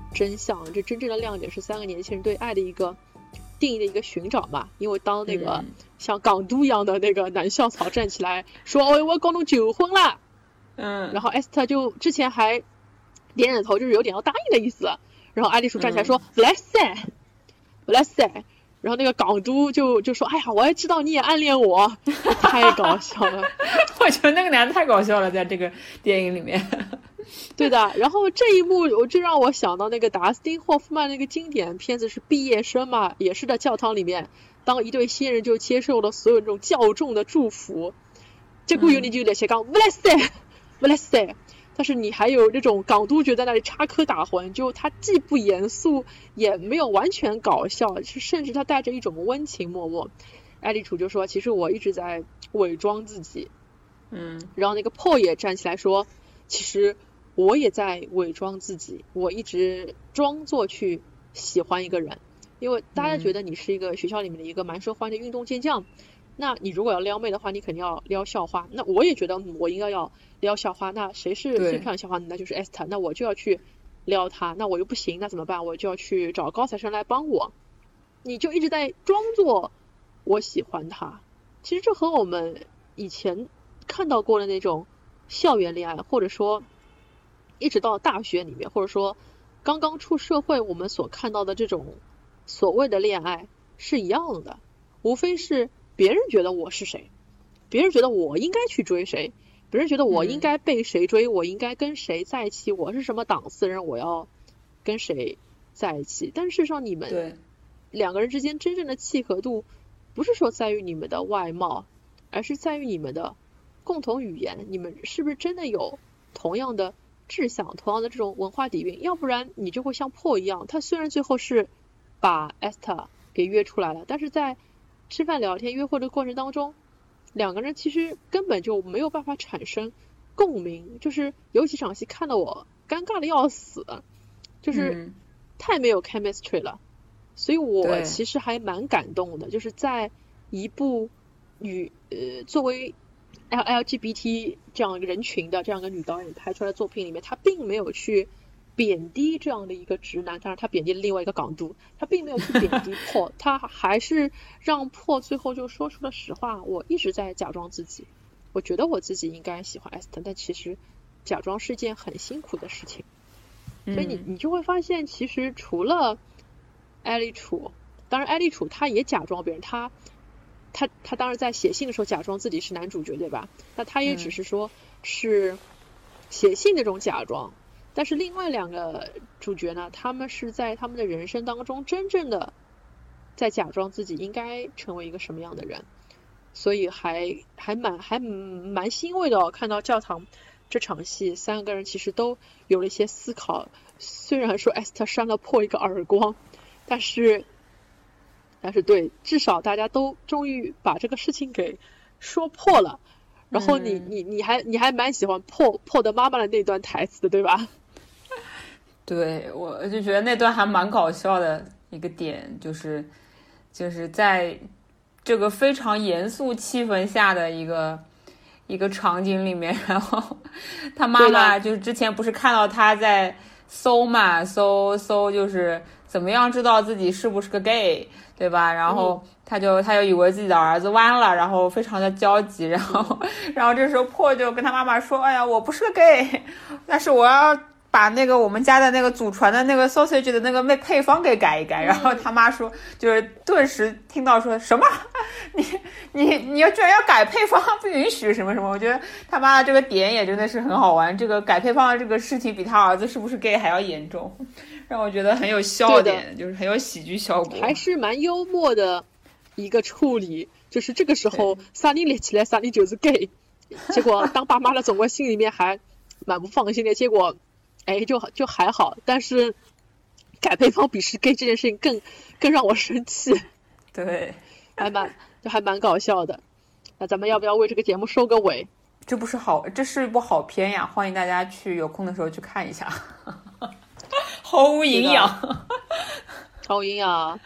A: 真相，这真正的亮点是3个年轻人对爱的一个定义的一个寻找嘛。因为当那个像港督一样的那个男校草站起来说哦我搞侬求婚啦，然后 Esther 就之前还点点头，就是有点要答应的意思，然后爱丽鼠站起来说不来噻，然后那个港督就说哎呀我也知道你也暗恋我，太搞笑了
B: 我觉得那个男的太搞笑了，在这个电影里面
A: 对的。然后这一幕就让我想到那个达斯汀霍夫曼那个经典片子是毕业生嘛，也是在教堂里面，当一对新人就接受了所有这种教众的祝福，结果有你就在写讲不来噻，但是你还有这种港督觉得那里插科打诨，就他既不严肃也没有完全搞笑，甚至他带着一种温情脉脉。艾丽楚就说其实我一直在伪装自己，然后那个 Paul 也站起来说其实我也在伪装自己，我一直装作去喜欢一个人，因为大家觉得你是一个学校里面的一个蛮受欢迎的运动健将，那你如果要撩妹的话你肯定要撩校花，那我也觉得我应该要撩校花，那谁是最漂亮校花那就是 Esther， 那我就要去撩她，那我又不行那怎么办，我就要去找高材生来帮我，你就一直在装作我喜欢她。其实这和我们以前看到过的那种校园恋爱，或者说一直到大学里面，或者说刚刚出社会我们所看到的这种所谓的恋爱是一样的，无非是别人觉得我是谁，别人觉得我应该去追谁，别人觉得我应该被谁追，我应该跟谁在一起，我是什么档次人，我要跟谁在一起。但事实上你们两个人之间真正的契合度不是说在于你们的外貌，而是在于你们的共同语言，你们是不是真的有同样的志向，同样的这种文化底蕴，要不然你就会像破一样，他虽然最后是把 Esther 给约出来了，但是在吃饭聊天约会的过程当中，两个人其实根本就没有办法产生共鸣，就是有几场戏看得我尴尬的要死，就是太没有 chemistry 了，所以我其实还蛮感动的，就是在一部作为LGBT 这样一个人群的这样一个女导演拍出来的作品里面，她并没有去贬低这样的一个直男，当然她贬低了另外一个港督，她并没有去贬低Paul 她还是让Paul最后就说出了实话，我一直在假装自己，我觉得我自己应该喜欢 Esther， 但其实假装是件很辛苦的事情。所以你就会发现其实除了艾丽楚，当然艾丽楚她也假装别人，她当然在写信的时候假装自己是男主角对吧，那她也只是说是写信那种假装，但是另外两个主角呢，他们是在他们的人生当中真正的在假装自己应该成为一个什么样的人，所以还蛮欣慰的看到教堂这场戏三个人其实都有了一些思考，虽然说 Esther 扇了Paul一个耳光，但是对，至少大家都终于把这个事情给说破了。然后你还蛮喜欢Paul的妈妈的那段台词的对吧？
B: 对，我就觉得那段还蛮搞笑的一个点，就是在这个非常严肃气氛下的一个场景里面，然后他妈妈就是之前不是看到他在搜就是怎么样知道自己是不是个 gay， 对吧？然后他就以为自己的儿子弯了，然后非常的焦急，然后这时候Paul就跟他妈妈说：“哎呀，我不是个 gay， 但是我要把那个我们家的那个祖传的那个 sausage 的那个配方给改一改。”然后他妈说，就是顿时听到说什么，你要居然要改配方，不允许什么什么。我觉得他妈的这个点也真的是很好玩，这个改配方的这个事情比他儿子是不是 gay 还要严重，让我觉得很有笑点，就是很有喜剧效果，
A: 还是蛮幽默的一个处理。就是这个时候萨尼列起来，萨尼就是 gay， 结果当爸妈的总归心里面还蛮不放心的，结果就还好，但是改配方比是 gay 这件事情更让我生气。
B: 对，
A: 还蛮搞笑的。那咱们要不要为这个节目收个尾？
B: 这是一部好片呀，欢迎大家有空的时候去看一下。毫无营养，
A: 毫无营养。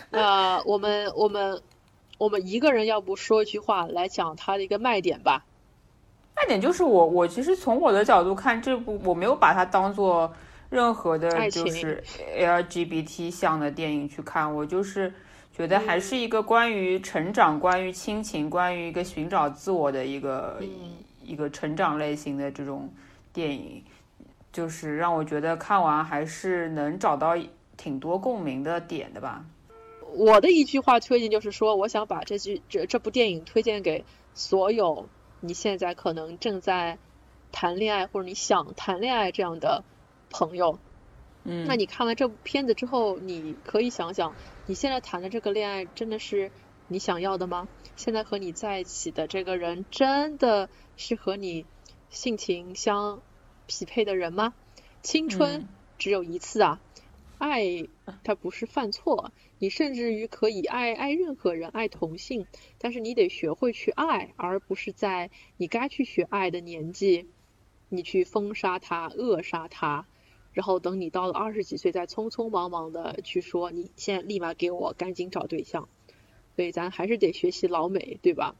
A: 我们一个人要不说一句话来讲它的一个卖点吧。
B: 卖点就是我其实从我的角度看这部，我没有把它当做任何的就是 LGBT 向的电影去看，我就是觉得还是一个关于成长、关于亲情、关于一个寻找自我的一个成长类型的这种电影，就是让我觉得看完还是能找到挺多共鸣的点的吧。
A: 我的一句话推荐就是说，我想把这部电影推荐给所有你现在可能正在谈恋爱或者你想谈恋爱这样的朋友。那你看完这部片子之后，你可以想想，你现在谈的这个恋爱真的是你想要的吗？现在和你在一起的这个人真的是和你性情相匹配的人吗？青春只有一次啊，爱它不是犯错，你甚至于可以爱任何人，爱同性，但是你得学会去爱，而不是在你该去学爱的年纪你去封杀他扼杀他，然后等你到了20几岁再匆匆忙忙的去说你现在立马给我赶紧找对象。所以咱还是得学习老美，对吧？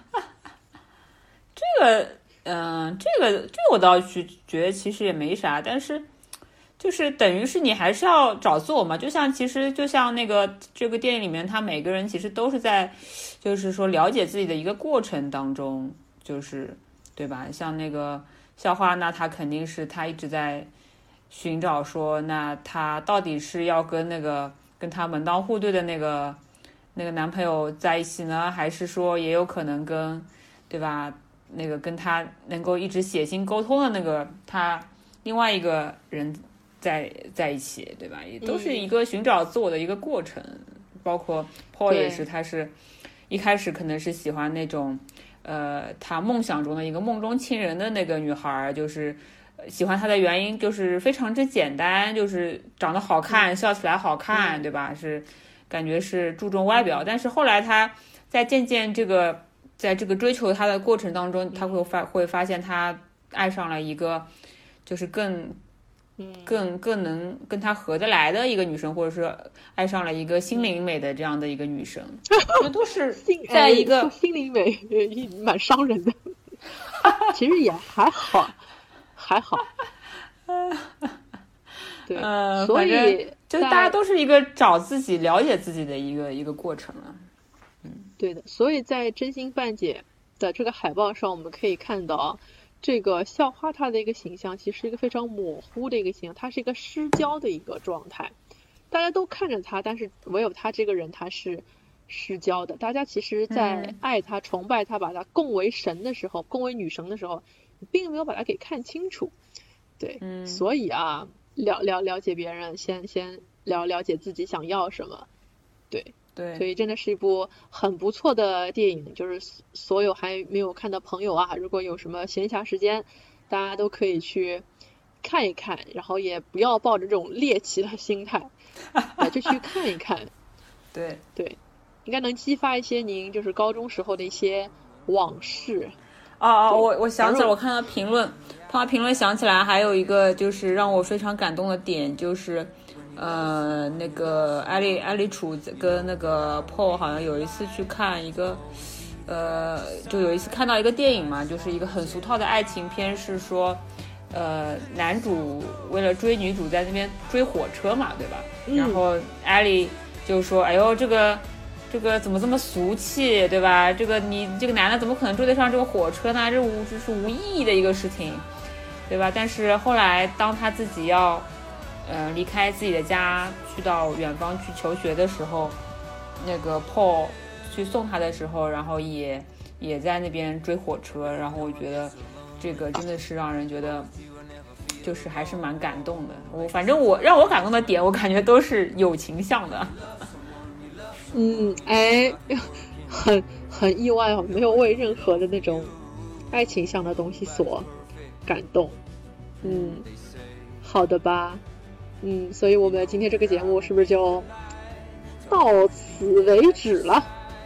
B: 这个我倒是觉得其实也没啥，但是就是等于是你还是要找自我嘛，就像那个这个电影里面，他每个人其实都是在就是说了解自己的一个过程当中，就是对吧？像那个校花，那他肯定是他一直在寻找说，那他到底是要跟他门当户对的那个男朋友在一起呢，还是说也有可能跟对吧那个跟他能够一直写信沟通的那个他另外一个人在一起，对吧？也都是一个寻找自我的一个过程。包括 Paul 也是，他是一开始可能是喜欢那种他梦想中的一个梦中情人的那个女孩，就是喜欢她的原因就是非常之简单，就是长得好看，笑起来好看，对吧？是感觉是注重外表，但是后来他在渐渐在这个追求他的过程当中，他会发现他爱上了一个就是更能跟他合得来的一个女生，或者是爱上了一个心灵美的这样的一个女生，这都是在一个
A: 心灵美蛮伤人的其实也还好对，所以
B: 就大家都是一个找自己了解自己的一个过程了。
A: 对的，所以在真心范姐的这个海报上，我们可以看到这个校花她的一个形象其实是一个非常模糊的一个形象，她是一个失焦的一个状态，大家都看着她，但是唯有她这个人她是失焦的。大家其实在爱她、崇拜她、把她供为神的时候，供为女神的时候，并没有把她给看清楚。对，所以啊，了解别人，先了解自己想要什么。对，所以真的是一部很不错的电影，就是所有还没有看的朋友啊，如果有什么闲暇时间，大家都可以去看一看，然后也不要抱着这种猎奇的心态就去看一看。
B: 对，
A: 应该能激发一些您就是高中时候的一些往事。
B: 我想起来，我看到评论想起来还有一个就是让我非常感动的点，就是那个艾丽楚跟那个 Paul 好像有一次去看一个就有一次看到一个电影嘛，就是一个很俗套的爱情片，是说男主为了追女主在那边追火车嘛，对吧？然后艾丽就说哎呦这个怎么这么俗气，对吧？你这个男的怎么可能追得上这个火车呢？这是无意义的一个事情，对吧？但是后来当他自己要离开自己的家去到远方去求学的时候，那个 Paul 去送他的时候，然后也在那边追火车，然后我觉得这个真的是让人觉得就是还是蛮感动的。反正让我感动的点，我感觉都是友情向的。
A: 很意外哦，没有为任何的那种爱情向的东西所感动。好的吧。所以我们今天这个节目是不是就到此为止了？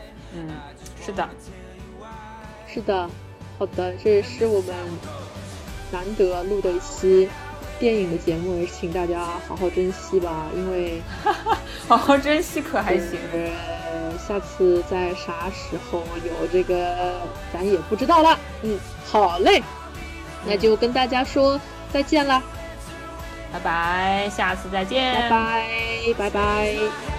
A: 是的，好的，这是我们难得录的一期电影的节目，也是请大家好好珍惜吧，因为
B: 好好珍惜可还行，
A: 下次在啥时候有这个咱也不知道了。好嘞，那就跟大家说再见啦。
B: 拜拜，下次再见，
A: 拜拜，拜拜。